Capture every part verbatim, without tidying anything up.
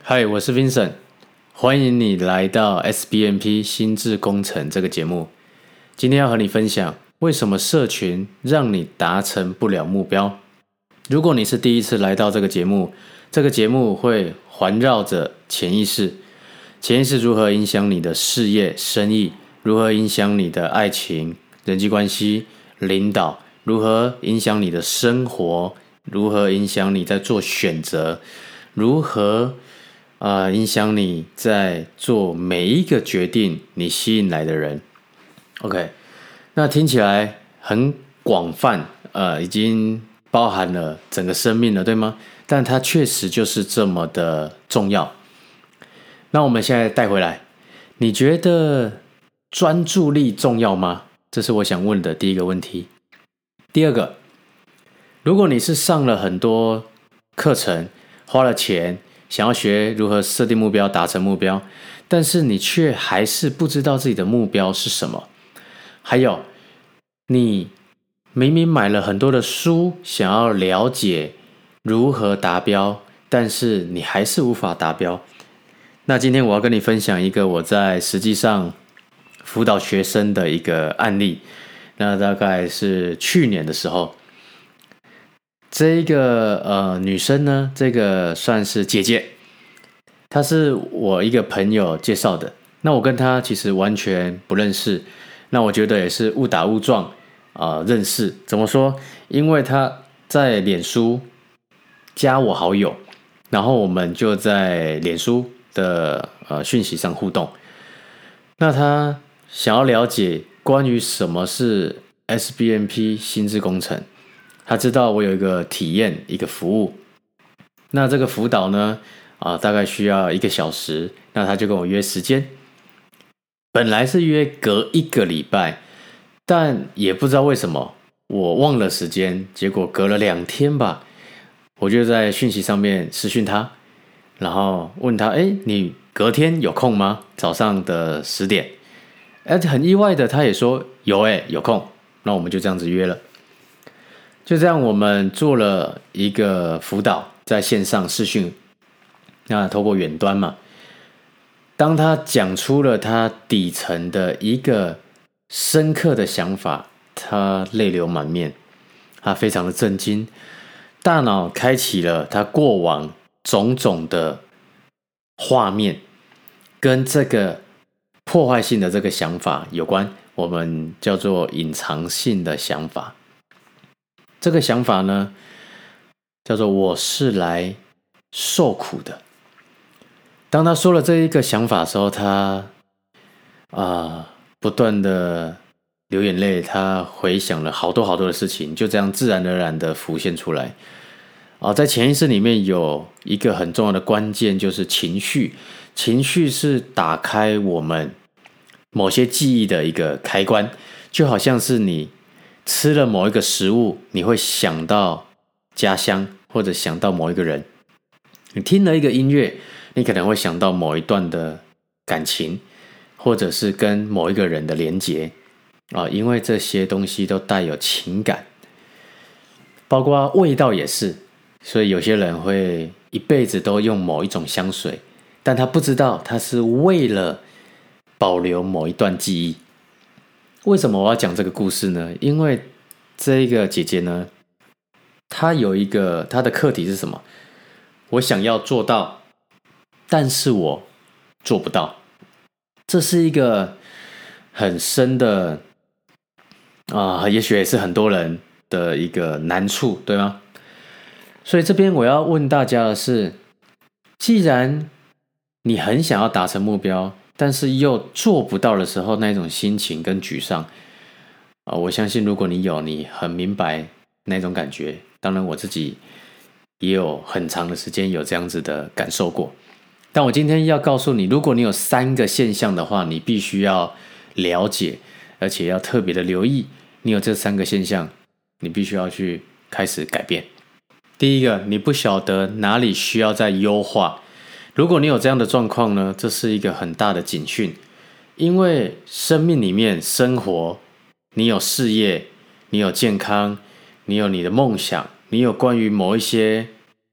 嗨，我是 Vincent，欢迎你来到 S B N P 心智工程这个节目。今天要和你分享为什么社群让你达成不了目标。如果你是第一次来到这个节目，这个节目会环绕着潜意识，潜意识如何影响你的事业、生意，如何影响你的爱情、人际关系、领导，如何影响你的生活，如何影响你在做选择，如何呃，影响你在做每一个决定，你吸引来的人。OK， 那听起来很广泛，呃，已经包含了整个生命了，对吗？但它确实就是这么的重要。那我们现在带回来，你觉得专注力重要吗？这是我想问的第一个问题。第二个，如果你是上了很多课程，花了钱，想要学如何设定目标、达成目标，但是你却还是不知道自己的目标是什么。还有，你明明买了很多的书，想要了解如何达标，但是你还是无法达标。那今天我要跟你分享一个我在实际上辅导学生的一个案例。那大概是去年的时候，这一个呃女生呢，这个算是姐姐，她是我一个朋友介绍的。那我跟她其实完全不认识，那我觉得也是误打误撞啊、呃、认识。怎么说？因为她在脸书加我好友，然后我们就在脸书的呃讯息上互动。那她想要了解关于什么是 S B N P 心智工程。他知道我有一个体验，一个服务，那这个辅导呢，啊，大概需要一个小时，那他就跟我约时间。本来是约隔一个礼拜，但也不知道为什么我忘了时间，结果隔了两天吧，我就在讯息上面私讯他，然后问他，哎，你隔天有空吗？早上的十点，哎，很意外的，他也说有，哎，有空，那我们就这样子约了。就这样，我们做了一个辅导，在线上视讯，那透过远端嘛。当他讲出了他底层的一个深刻的想法，他泪流满面，他非常的震惊，大脑开启了他过往种种的画面，跟这个破坏性的这个想法有关，我们叫做隐藏性的想法。这个想法呢，叫做我是来受苦的。当他说了这一个想法的时候，他啊、呃、不断的流眼泪，他回想了好多好多的事情，就这样自然而然的浮现出来。啊、呃，在潜意识里面有一个很重要的关键，就是情绪。情绪是打开我们某些记忆的一个开关，就好像是你吃了某一个食物，你会想到家乡，或者想到某一个人。你听了一个音乐，你可能会想到某一段的感情，或者是跟某一个人的连结啊，因为这些东西都带有情感，包括味道也是。所以有些人会一辈子都用某一种香水，但他不知道他是为了保留某一段记忆。为什么我要讲这个故事呢？因为这个姐姐呢，她有一个她的课题是什么？我想要做到，但是我做不到。这是一个很深的啊、呃，也许也是很多人的一个难处，对吗？所以这边我要问大家的是，既然你很想要达成目标，但是又做不到的时候，那种心情跟沮丧啊、呃，我相信如果你有，你很明白那种感觉。当然我自己也有很长的时间有这样子的感受过。但我今天要告诉你，如果你有三个现象的话，你必须要了解，而且要特别的留意。你有这三个现象，你必须要去开始改变。第一个，你不晓得哪里需要再优化。如果你有这样的状况呢，这是一个很大的警讯，因为生命里面生活，你有事业，你有健康，你有你的梦想，你有关于某一些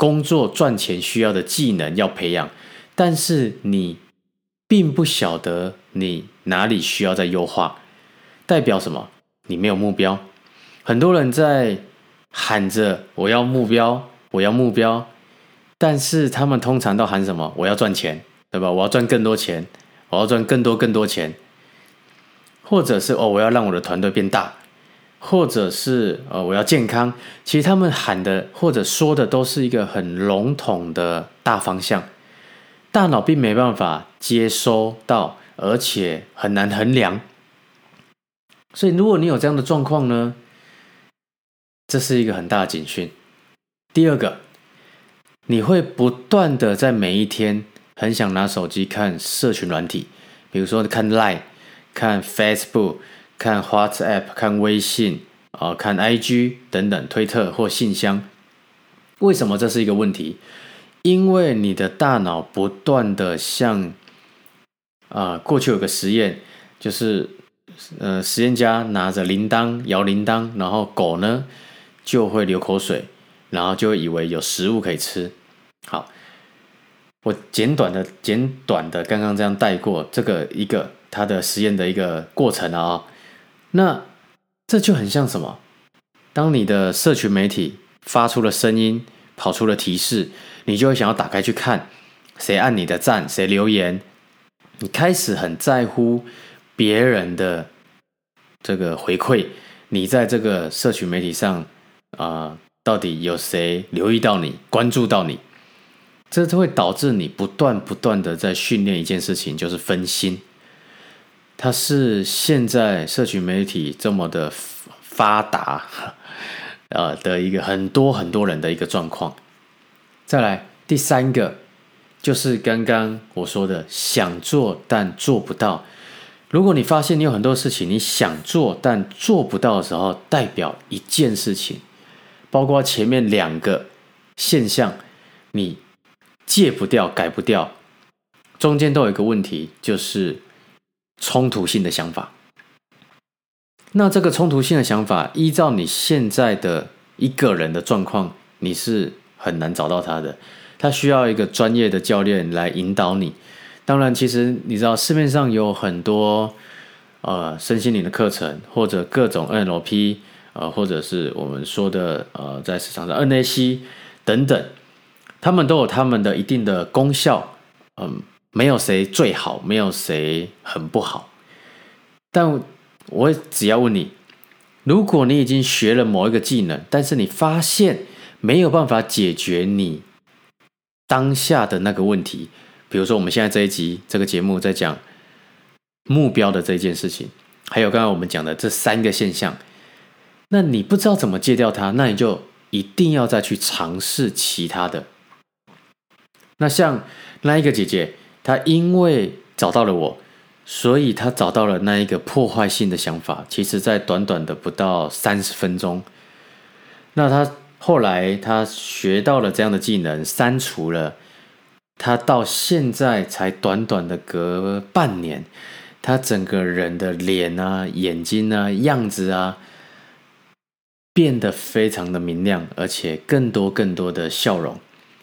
工作赚钱需要的技能要培养，但是你并不晓得你哪里需要再优化，代表什么？你没有目标。很多人在喊着我要目标，我要目标，但是他们通常都喊什么？我要赚钱，对吧？我要赚更多钱，我要赚更多更多钱，或者是哦，我要让我的团队变大，或者是呃，我要健康。其实他们喊的或者说的都是一个很笼统的大方向，大脑并没办法接收到，而且很难衡量。所以如果你有这样的状况呢，这是一个很大的警讯。第二个，你会不断的在每一天很想拿手机看社群软体，比如说看 Line、看 Facebook、看 WhatsApp、看微信、呃、看 I G 等等，推特或信箱。为什么这是一个问题？因为你的大脑不断的像、呃、过去有个实验，就是呃，实验家拿着铃铛摇铃铛，然后狗呢就会流口水，然后就会以为有食物可以吃。好，我简短的简短的刚刚这样带过这个一个它的实验的一个过程啊、哦。那这就很像什么？当你的社群媒体发出了声音，跑出了提示，你就会想要打开去看谁按你的赞，谁留言，你开始很在乎别人的这个回馈，你在这个社群媒体上啊、呃，到底有谁留意到你，关注到你？这会导致你不断不断的在训练一件事情，就是分心。它是现在社群媒体这么的发达呃的一个很多很多人的一个状况。再来第三个，就是刚刚我说的想做但做不到。如果你发现你有很多事情你想做但做不到的时候，代表一件事情，包括前面两个现象，你戒不掉、改不掉，中间都有一个问题，就是冲突性的想法。那这个冲突性的想法，依照你现在的一个人的状况，你是很难找到他的，他需要一个专业的教练来引导你。当然，其实你知道市面上有很多呃身心灵的课程，或者各种 N L P， 呃，或者是我们说的呃在市场上 N A C 等等，他们都有他们的一定的功效，嗯，没有谁最好，没有谁很不好。但我只要问你，如果你已经学了某一个技能，但是你发现没有办法解决你当下的那个问题，比如说我们现在这一集这个节目在讲目标的这件事情，还有刚刚我们讲的这三个现象，那你不知道怎么戒掉它，那你就一定要再去尝试其他的。那像那一个姐姐，她因为找到了我，所以她找到了那一个破坏性的想法，其实在短短的不到三十分钟，那她后来她学到了这样的技能，删除了，她到现在才短短的隔半年，她整个人的脸啊、眼睛啊、样子啊，变得非常的明亮，而且更多更多的笑容。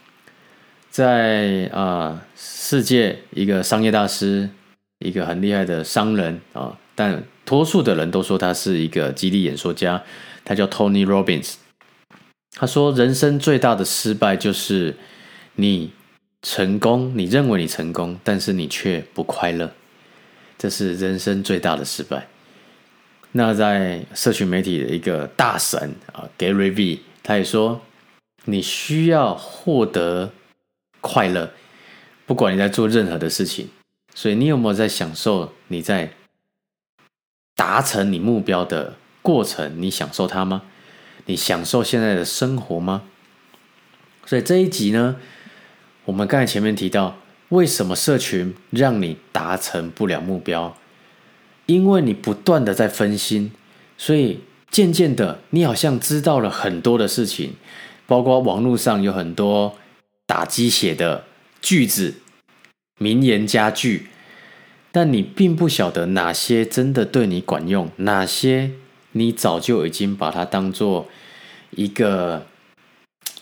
在啊、呃，世界一个商业大师，一个很厉害的商人啊、呃，但多数的人都说他是一个激励演说家，他叫 Tony Robbins。他说，人生最大的失败就是你成功，你认为你成功，但是你却不快乐，这是人生最大的失败。那在社群媒体的一个大神啊 Gary V， 他也说，你需要获得快乐，不管你在做任何的事情。所以你有没有在享受你在达成你目标的过程？你享受它吗？你享受现在的生活吗？所以这一集呢，我们刚才前面提到，为什么社群让你达成不了目标？因为你不断的在分心，所以渐渐的你好像知道了很多的事情，包括网络上有很多打鸡血的句子、名言佳句，但你并不晓得哪些真的对你管用，哪些你早就已经把它当作一个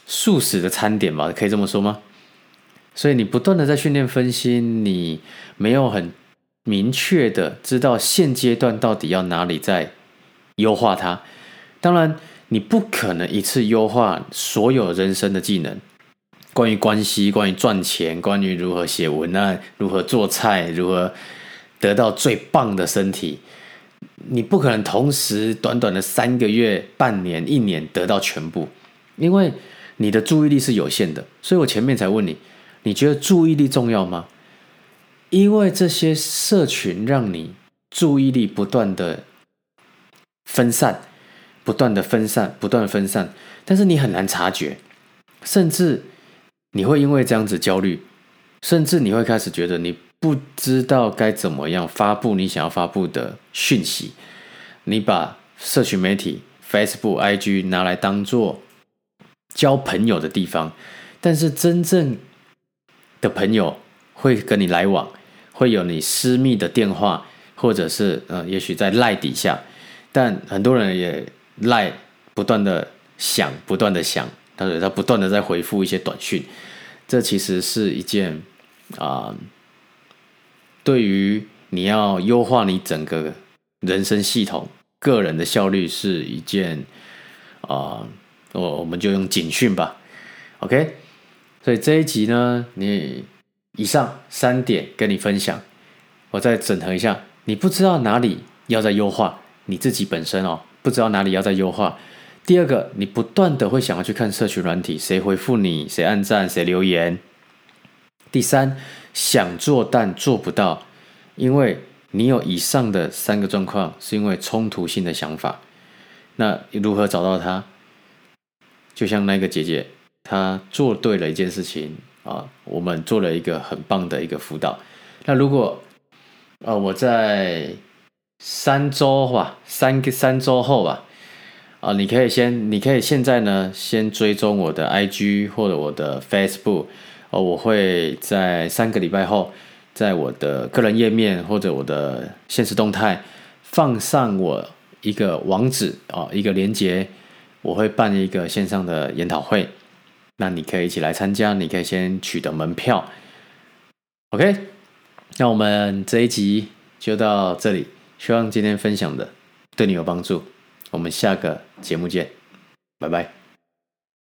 素食的餐点吧，可以这么说吗？所以你不断的在训练分析，你没有很明确的知道现阶段到底要哪里在优化它。当然，你不可能一次优化所有人生的技能，关于关系，关于赚钱，关于如何写文案，如何做菜，如何得到最棒的身体，你不可能同时短短的三个月、半年、一年得到全部，因为你的注意力是有限的。所以我前面才问你，你觉得注意力重要吗？因为这些社群让你注意力不断的分散，不断的分散，不断的分散，但是你很难察觉，甚至你会因为这样子焦虑，甚至你会开始觉得你不知道该怎么样发布你想要发布的讯息。你把社群媒体 Facebook、I G 拿来当做交朋友的地方，但是真正的朋友会跟你来往，会有你私密的电话，或者是呃，也许在 LINE 底下，但很多人也 LINE 不断的想，不断的想，他他不断的在回复一些短讯，这其实是一件啊、呃，对于你要优化你整个人生系统、个人的效率是一件啊，我、呃、我们就用警讯吧 ，OK。所以这一集呢，你以上三点跟你分享，我再整合一下，你不知道哪里要再优化，你自己本身哦，不知道哪里要再优化。第二个，你不断的会想要去看社群软体，谁回复你，谁按赞，谁留言。第三，想做但做不到，因为你有以上的三个状况，是因为冲突性的想法。那如何找到它？就像那个姐姐，她做对了一件事情啊，我们做了一个很棒的一个辅导。那如果呃我在三周吧，三个三周后吧，啊，你可以先，你可以现在呢先追踪我的 I G 或者我的 Facebook，哦，我会在三个礼拜后，在我的个人页面或者我的限时动态放上我一个网址啊，一个连结，我会办一个线上的研讨会，那你可以一起来参加，你可以先取得门票。OK， 那我们这一集就到这里，希望今天分享的对你有帮助。我们下个节目见，拜拜。